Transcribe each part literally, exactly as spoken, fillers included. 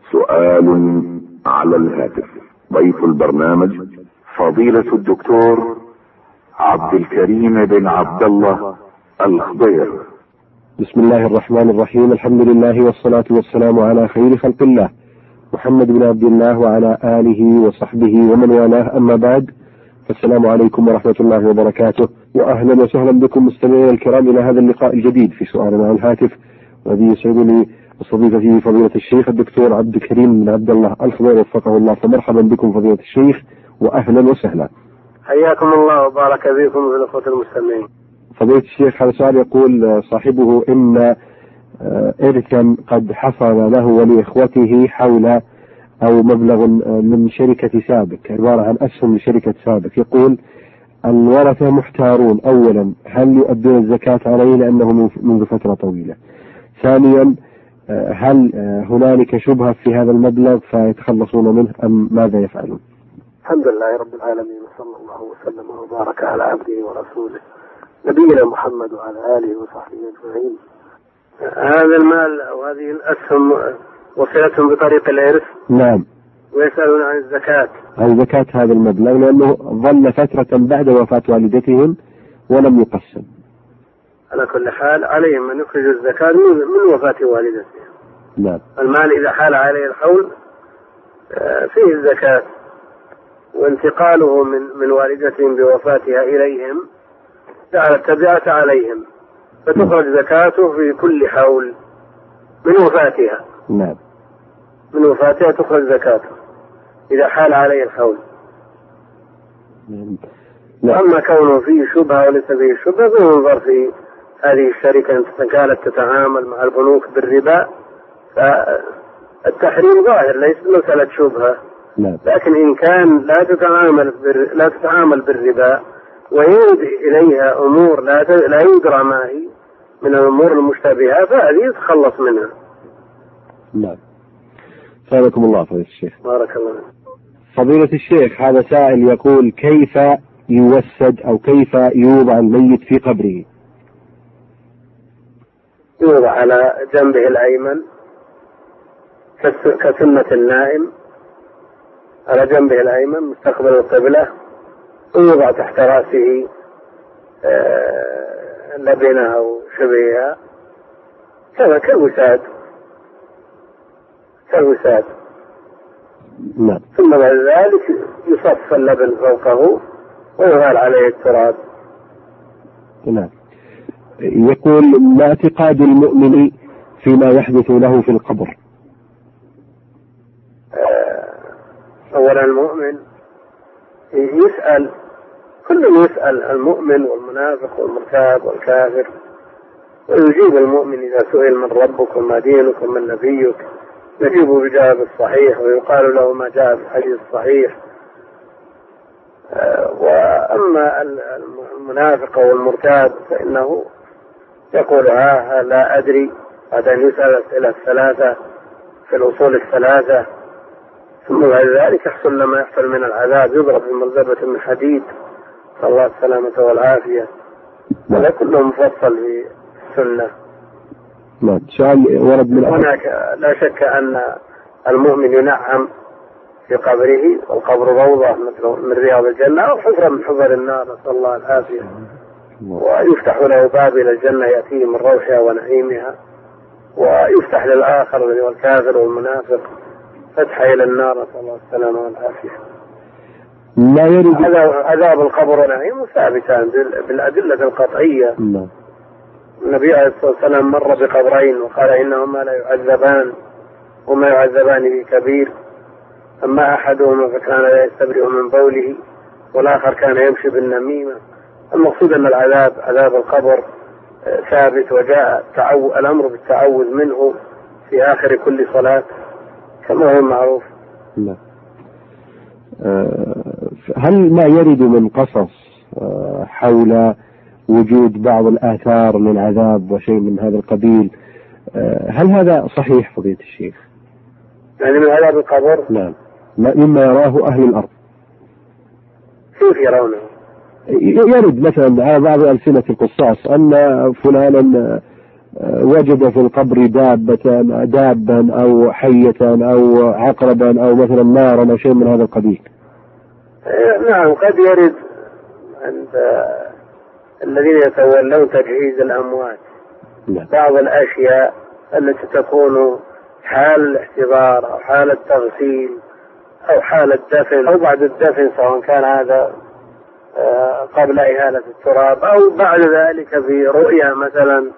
سؤال على الهاتف. ضيف البرنامج فضيلة الدكتور عبد الكريم بن عبد الله الخضير. بسم الله الرحمن الرحيم. الحمد لله والصلاة والسلام على خير خلق الله محمد بن عبد الله وعلى آله وصحبه ومن والاه، أما بعد، فالسلام عليكم ورحمة الله وبركاته، وأهلا وسهلا بكم مستمعينا الكرام إلى هذا اللقاء الجديد في سؤال على الهاتف، والذي يسعدني استضيف فيه فضيلة الشيخ الدكتور عبد الكريم بن عبد الله الخضير وفقه الله. فمرحبا بكم فضيلة الشيخ وأهلا وسهلا. حياكم الله وبارك فيكم والأخوة المستمعين. فضيلة الشيخ، هذا سؤال يقول صاحبه إن إرثا قد حصل له ولإخوته حول أو مبلغ من شركة سابق، عبارة عن أسهم لشركة سابق. يقول الورثة محتارون، أولا هل يؤدون الزكاة عليه لأنه منذ فترة طويلة؟ ثانيا هل هنالك شبهة في هذا المبلغ فيتخلصون منه أم ماذا يفعلون؟ الحمد لله رب العالمين، وصلى الله وسلم وبارك على عبده ورسوله نبينا محمد وعلى آله وصحبه أجمعين. هذا المال أو هذه الأسهم وصلتهم بطريق الإرث. نعم. ويسألون عن الزكاة. عن زكاة هذا المبلغ لأنه ظل فترة بعد وفاة والدتهم ولم يقسم. على كل حال عليهم أن يخرجوا الزكاة من وفاة والدتهم. نعم. المال إذا حال عليه الحول فيه الزكاة، وانتقاله من من والدتهم بوفاتها إليهم جعل التبعة عليهم، فتخرج زكاته في كل حول من وفاتها. نعم. من وفاتها تخرج زكاته إذا حال عليه الحول. نعم. أما كونه فيه شبهة وليس فيه شبهة فينظر في هذه الشركة إن كانت تتعامل مع البنوك بالربا، فالتحريم ظاهر ليس مسألة شبهة. نعم. لكن إن كان لا تتعامل بر... لا تتعامل بالربا ويود إليها أمور لا ت... لا يدرى ما هي من الأمور المشتبهة، فهذه يتخلص منها. نعم. سلامكم الله فضيلة الشيخ. بارك الله. فضيلة الشيخ، هذا سائل يقول كيف يوسد أو كيف يوضع الميت في قبره؟ يوضع على جنبه الأيمن كسنة النائم، على جنبه الأيمن مستقبل القبلة، ويوضع تحت رأسه لبنة أو شبهها كذا كالوساد كالوساد. نعم. ثم بعد ذلك يصف اللبن فوقه ويغال عليه التراب. نعم. يقول ما اعتقاد المؤمن فيما يحدث له في القبر؟ أولا المؤمن يسأل، كل يسأل، المؤمن والمنافق والمرتاب والكافر، ويجيب المؤمن إذا سئل من ربك وما دينك ومن نبيك يجيب بجواب الصحيح ويقال له ما جاء في الحديث الصحيح. وأما المنافق والمرتاب فإنه يقول ها لا أدري، بعد أن يسأل الأسئلة الثلاثة في الأصول الثلاثة، ثم بعد ذلك يحصل لما يحصل من العذاب، يضرب بمرزبة من حديد، صلى الله السلامة والعافية. هذا كله مفصل في السنة. نعم. سؤال ورد من هناك لا شك أن المؤمن ينعم في قبره، والقبر روضة من رياض الجنة أو حفرة من حفر النار، نسأل الله العافية. ويفتح له باب إلى الجنة يأتيه من روحها ونعيمها، ويفتح للآخر الذي هو الكافر والمنافق فتح إلى النار، نسأل الله السلامة والعافية. لا يريد عذاب القبر ونعيم ثابتان بالأدلة القطعية. لا. النبي عليه الصلاة والسلام مر بقبرين وقال إنهما لا يعذبان وما يعذبان في كبير، أما أحدهما فكان لا يستبرئ من بوله والآخر كان يمشي بالنميمة. المقصود أن العذاب عذاب القبر ثابت، وجاء الأمر بالتعوذ منه في آخر كل صلاة كما هو معروف. لا. هل ما يرد من قصص حول وجود بعض الآثار للعذاب وشيء من هذا القبيل، هل هذا صحيح فضيلة الشيخ؟ يعني من عذاب القبر؟ نعم، مما يراه أهل الأرض. كيف يرونه؟ يرد مثلا على بعض ألسنة القصاص أن فلانا وجد في القبر دابة دابا أو حية أو عقربا أو مثلا نارا أو شيء من هذا القبيل؟ نعم، قد يرد عند الذين يتولون تجهيز الأموات بعض الأشياء التي تكون حال الاحتضار أو حال التغسيل أو حال الدفن أو بعد الدفن، سواء كان هذا قبل إهالة التراب أو بعد ذلك في رؤيا مثلا.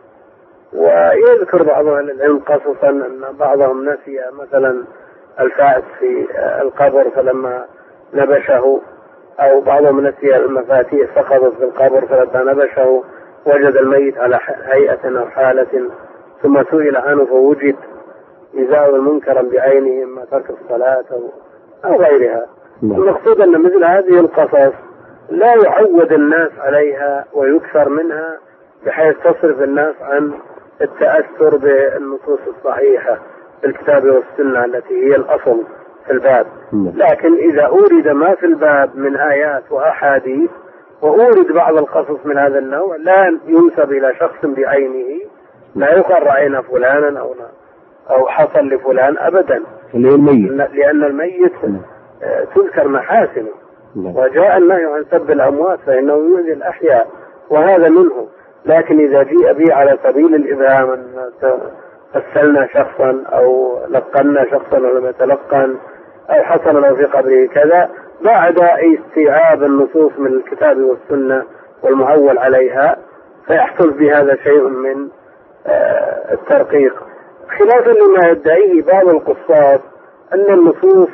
ويذكر بعض أهل العلم قصصا أن بعضهم نسي مثلا الفأس في القبر فلما نبشه، أو بعضهم نسي المفاتيح سقطت في القبر فلما نبشه وجد الميت على هيئة أو حالة ثم سئل عنه فوجد إزاء منكرا بعينه إما ترك الصلاة أو, أو غيرها. المقصود أن مثل هذه القصص لا يعود الناس عليها ويكثر منها بحيث تصرف الناس عن التأثر بالنصوص الصحيحة في الكتاب والسنة التي هي الأصل في الباب. لكن إذا أورد ما في الباب من آيات وأحاديث وأورد بعض القصص من هذا النوع لا ينسب إلى شخص بعينه، لا يقال رأينا فلانا أو أو حصل لفلان أبدا، لأن الميت تذكر محاسنه، وجاء النهي عن سب الأموات فإنه يؤذي الأحياء وهذا منه. لكن إذا جيء به على سبيل الإبهام أن غسلنا شخصا أو لقنا شخصا ولم يتلقن أو حصل له في قبره كذا بعد استيعاب النصوص من الكتاب والسنة والمعول عليها، فيحصل بهذا شيء من الترقيق، خلافا لما يدعيه بعض القصاص أن النصوص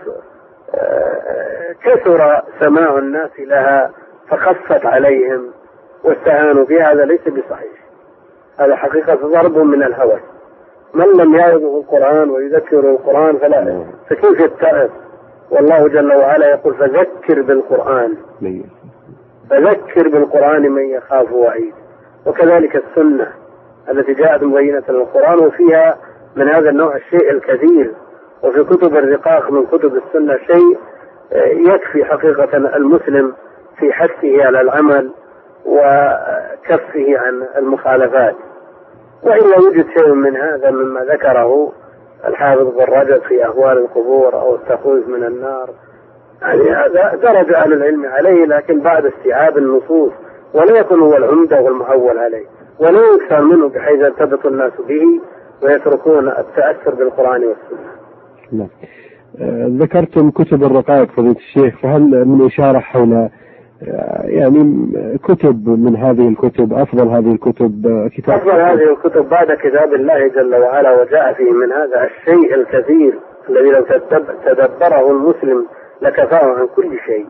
كثر سماع الناس لها فخفت عليهم واستهانوا بها. هذا ليس بصحيح، هذا حقيقة ضرب من الهوى. من لم يعظه القرآن ويذكره القرآن فلا فكيف يتعظ؟ والله جل وعلا يقول فذكر بالقرآن فذكر بالقرآن من يخاف وعيد. وكذلك السنة التي جاءت مبينة للقرآن وفيها من هذا النوع الشيء الكثير، وفي كتب الرقاق من كتب السنة شيء يكفي حقيقة المسلم في حثه على العمل وكفه عن المخالفات. وإلا يوجد شيء من هذا مما ذكره الحافظ بن رجب في أهوال القبور أو التخويف من النار، يعني هذا درج أهل العلم عليه لكن بعد استيعاب النصوص، ولا يكون هو العمدة والمعول عليه، ولا يكثر منه بحيث يرتبط الناس به ويتركون التأثر بالقرآن والسنة. نعم. ذكرتم كتب الرقائق فضيلة الشيخ، فهل من إشارة حول يعني كتب من هذه الكتب أفضل هذه الكتب كتاب أفضل هذه الكتب بعد كتاب الله جل وعلا وجاء فيه من هذا الشيء الكثير الذي لو تدبره المسلم لكفاه عن كل شيء.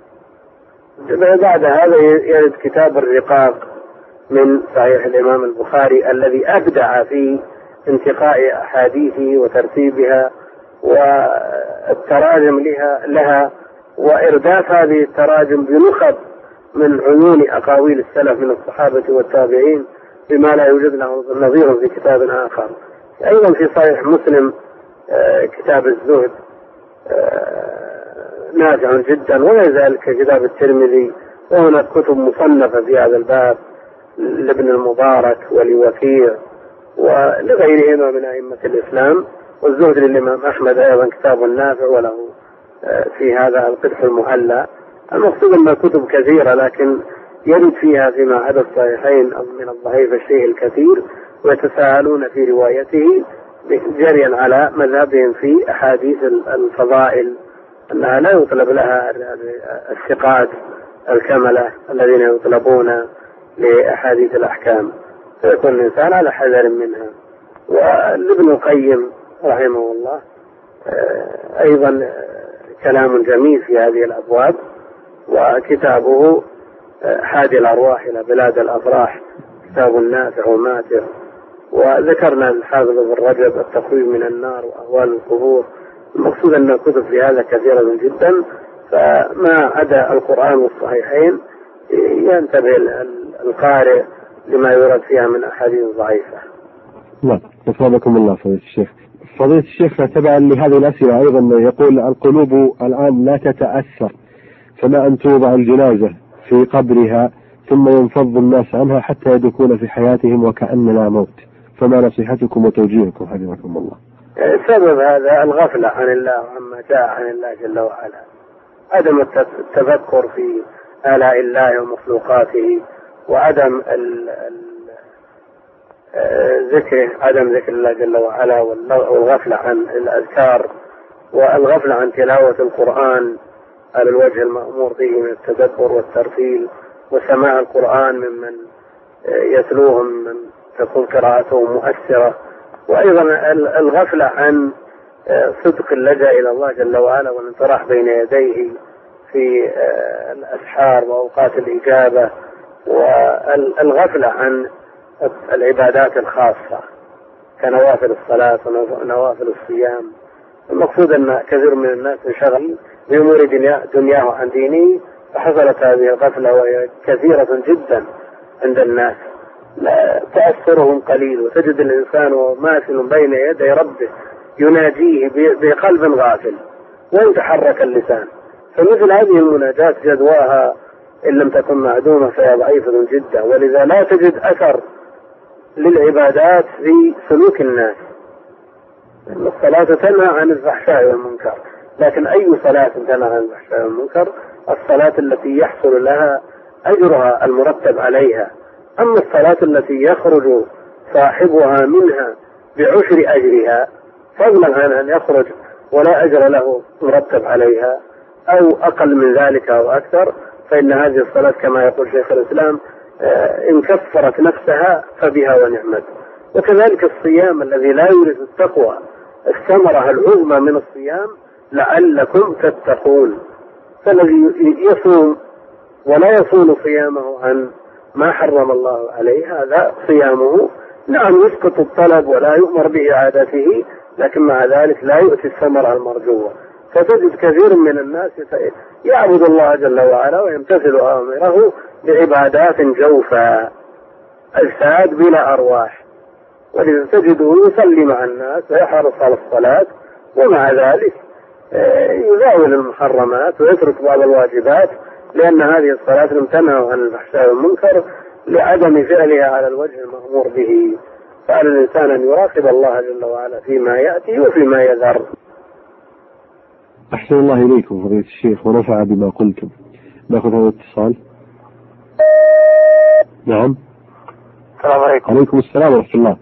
بعد هذا يرد كتاب الرقاق من صحيح الإمام البخاري الذي أبدع في انتقاء أحاديثه وترتيبها والتراجم لها, لها وإرداف هذه التراجم بنخب من عيون أقاويل السلف من الصحابة والتابعين بما لا يوجد له نظير في كتاب آخر. أيضا في صحيح مسلم كتاب الزهد نافع جدا، وكذلك كتاب الترمذي، وهناك كتب مصنفة في هذا الباب لابن المبارك ولوكيع ولغيرهما من أئمة الإسلام. والزهد للإمام أحمد أيضا كتاب نافع وله في هذا القدح المهلى. المقصود أن كتب كثيرة لكن يرد فيها فيما عدا الصحيحين أو من الضعيف الشيء الكثير، ويتساهلون في روايته جريا على مذهبهم في أحاديث الفضائل أنها لا يطلب لها الثقات الكملة الذين يطلبون لأحاديث الأحكام، فيكون الإنسان على حذر منها. وابن القيم رحمه الله أيضا كلام جميل في هذه الأبواب، وكتابه حادي الأرواح إلى بلاد الأفراح كتاب نافع وماتع. وذكرنا الحافظ بن رجب التخويف من النار وأهوال القبور. المقصود أن الكتب في هذا كثيرة جدا، فما عدا القرآن والصحيحين ينتبه القارئ لما يورد فيها من أحاديث ضعيفة. نعم، أفادكم الله فضيلة الشيخ. فضيلة الشيخ تبعا لهذه الأسئلة أيضا يقول القلوب الآن لا تتأثر، فما أن توضع الجنازة في قبرها ثم ينفض الناس عنها حتى يدركون في حياتهم وكأننا موت، فما نصيحتكم وتوجيهكم حفظكم الله؟ سبب هذا الغفلة عن الله وعما جاء عن الله جل وعلا، عدم التفكر في آلاء الله ومخلوقاته، وعدم ذكره، عدم ذكر الله جل وعلا، والغفلة عن الأذكار، والغفلة عن تلاوة القرآن على الوجه المأمور به من التدبر والترتيل، وسماع القرآن ممن يتلوهم من تكون قراءته مؤثرة، وأيضا الغفلة عن صدق اللجأ إلى الله جل وعلا والانطراح بين يديه في الأسحار وأوقات الإجابة، والغفلة عن العبادات الخاصة كنوافل الصلاة ونوافل الصيام. المقصود أن كثير من الناس انشغل بأمور دنياه عن دينه، فحصلت هذه الغفلة وهي كثيرة جدا عند الناس، لا تأثرهم قليل، وتجد الإنسان ماثل بين يدي ربه يناجيه بقلب غافل وإن تحرك اللسان. فمثل هذه المناجاة جدواها إن لم تكن معدومة فهي ضعيفة جدا، ولذا لا تجد أثر للعبادات في سلوك الناس. الصلاة تنهى عن الفحشاء والمنكر، لكن أي صلاة تنهى عن الفحشاء والمنكر؟ الصلاة التي يحصل لها أجرها المرتب عليها. أما الصلاة التي يخرج صاحبها منها بعشر أجرها، فضلا عن أن يخرج ولا أجر له مرتب عليها أو أقل من ذلك أو أكثر، فإن هذه الصلاة كما يقول شيخ الإسلام إن كفرت نفسها فبها ونعمت. وكذلك الصيام الذي لا يورث التقوى، الثمرة العظمى من الصيام لعلكم تتقون. فالذي يصوم ولا يصون صيامه عن ما حرم الله عليه، هذا صيامه نعم يسقط الطلب ولا يؤمر بإعادته، لكن مع ذلك لا يؤتي الثمرة المرجوة. فتجد كثير من الناس يعبد الله جل وعلا ويمتثل أمره بعبادات جوفاء، أجساد بلا أرواح، ولذا تجده يصلي مع الناس ويحرص على الصلاة، ومع ذلك يزاول المحرمات ويترك بعض الواجبات، لأن هذه الصلاة لم تنهى عن الفحشاء والمنكر لعدم فعلها على الوجه المأمور به. فعلى الإنسان أن يراقب الله جل وعلا فيما يأتي وفيما يذر. أحسن الله إليكم فضيلة الشيخ ونفع بما قلتم. نأخذ هذا الاتصال. نعم. السلام عليكم. عليكم السلام ورحمة الله.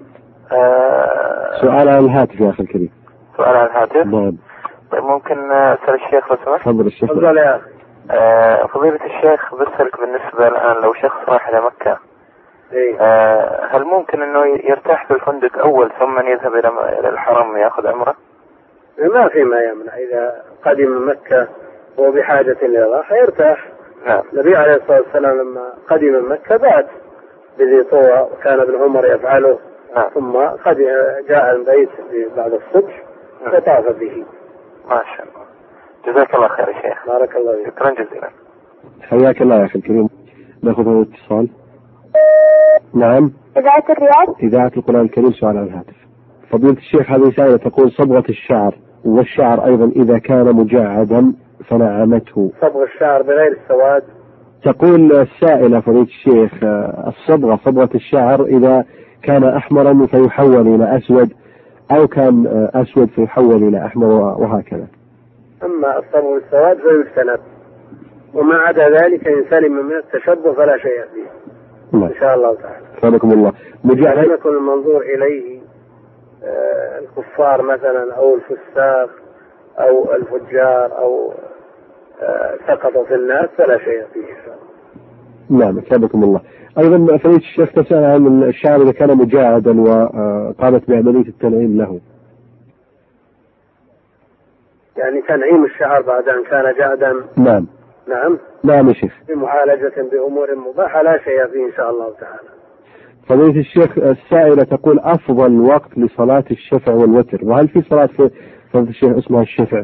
أه... سؤال على الهاتف يا أخي الكريم. سؤال على الهاتف؟ نعم. طيب ممكن أسأل الشيخ لو سمحت؟ تفضل الشيخ. تفضل يا أخي. أه... فضيلة الشيخ بسألك بالنسبة الآن لو شخص راح إلى مكة، إيه؟ أه... هل ممكن إنه يرتاح في الفندق أول ثم يذهب إلى الحرم ويأخذ عمرة؟ ما في ما يمنع، إذا قدم مكة وبحاجة إلى راحة يرتاح. نعم. النبي عليه الصلاة والسلام لما قدم مكة بات بذي طوى، وكان ابن عمر يفعله. نعم. ثم قد جاء البيت بعد الصبح وطاف به. ما شاء الله. جزاك الله خير يا شيخ. بارك الله فيك. شكرا جزيلا. حياك الله يا أخي الكريم. نأخذ هذا الاتصال. نعم. إذاعة الرياض. إذاعة القرآن الكريم. سؤال على الهاتف. فضيلة الشيخ هذه سائلة تقول صبغة الشعر والشعر أيضا إذا كان مجعدا فنعمته. صبغ الشعر بغير السواد. تقول السائلة فضيلة الشيخ الصبغة صبغة الشعر إذا كان أحمرا فيحول إلى أسود، أو كان أسود فيحول إلى أحمر وهكذا. أما الصبغ السواد فيجتنب، وما عدا ذلك إن سلم من التشبه فلا شيء فيه. نعم. إن شاء الله تعالى. سلامكم الله. مجعد يكون المنظور إليه آه الكفار مثلا أو الفساق أو الفجار أو آه سقط في الناس فلا شيء فيه إن شاء الله. نعم. سلامكم الله. أيضا فضيلة الشيخ تسأل عن الشعر إذا كان مجعدا وقامت بعملية التنعيم له. يعني تنعيم الشعر بعد أن كان جعدا. نعم. نعم. نعم يا شيخ. بمعالجة بأمور مباحة لا شيء فيه إن شاء الله تعالى. فضيلة الشيخ السائلة تقول أفضل وقت لصلاة الشفع والوتر، وهل في صلاة في فضيلة الشيخ اسمها الشفع؟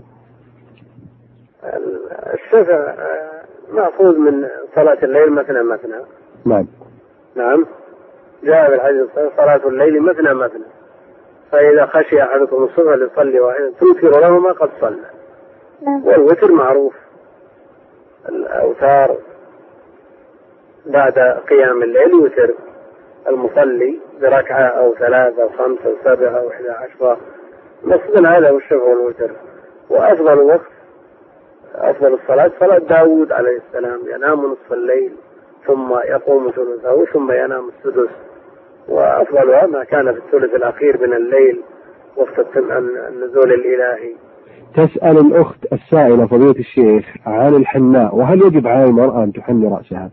الشفع مأخوذ من صلاة الليل مثنى مثنى. نعم. نعم. جاء بالحديث صلاة الليل مثنى مثنى، فإذا خشي أحدكم الصبح ليصلي واحدا توتر له ما قد صلى. نعم. والوتر معروف الأوتار بعد قيام الليل يوتر المصلي بركعة أو ثلاثة أو خمسة أو سبعة أو إحدى عشرة، مقصود هذا هو الشفع والوتر. وأفضل وقت أفضل الصلاة صلاة داود عليه السلام، ينام نصف الليل ثم يقوم ثلثه ثم ينام السدس، وأفضلها ما كان في الثلث الأخير من الليل وقت النزول الإلهي. تسأل الأخت السائلة فضيلة الشيخ عن الحناء، وهل يجب على المرأة أن تحني رأسها؟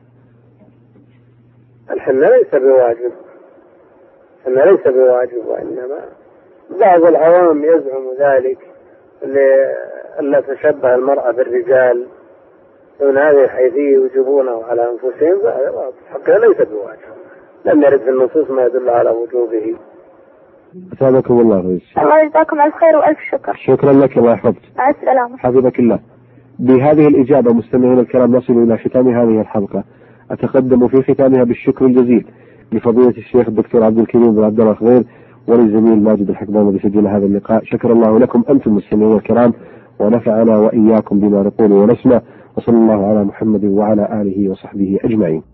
الحناء ليس بواجب، الحناء ليس بواجب، وإنما بعض العوام يزعم ذلك لألا تشبه المرأة بالرجال من هذه الحيثية يوجبونه على أنفسهم، حقا ليس بواجب، لم يرد في النصوص ما يدل على وجوبه. أسعدكم الله. الله يجزاكم الخير وألف شكر. شكرا لك، الله يحفظك. مع السلامة. حفظك الله. بهذه الإجابة مستمعينا الكرام نصل إلى ختام هذه الحلقة. أتقدم في ختامها بالشكر الجزيل لفضيلة الشيخ الدكتور عبد الكريم بن عبد الله الخضير وللزميل ماجد الحكمان الذي سجل هذا اللقاء. شكر الله لكم أنتم المستمعين الكرام، ونفعنا وإياكم بما نقول ونسمع، وصلى الله على محمد وعلى آله وصحبه أجمعين.